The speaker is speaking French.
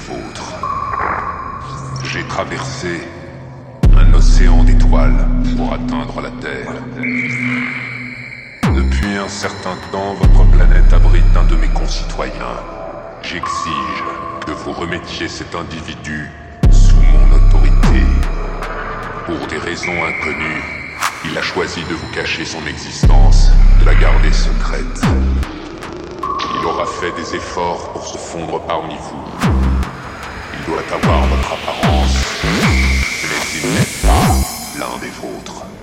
vôtres. J'ai traversé un océan d'étoiles pour atteindre la Terre. Depuis un certain temps, votre planète abrite un de mes concitoyens. J'exige que vous remettiez cet individu sous mon autorité. Pour des raisons inconnues, il a choisi de vous cacher son existence, de la garder secrète. Il aura fait des efforts pour se fondre parmi vous. Il doit avoir votre apparence, mais il n'est pas l'un des vôtres.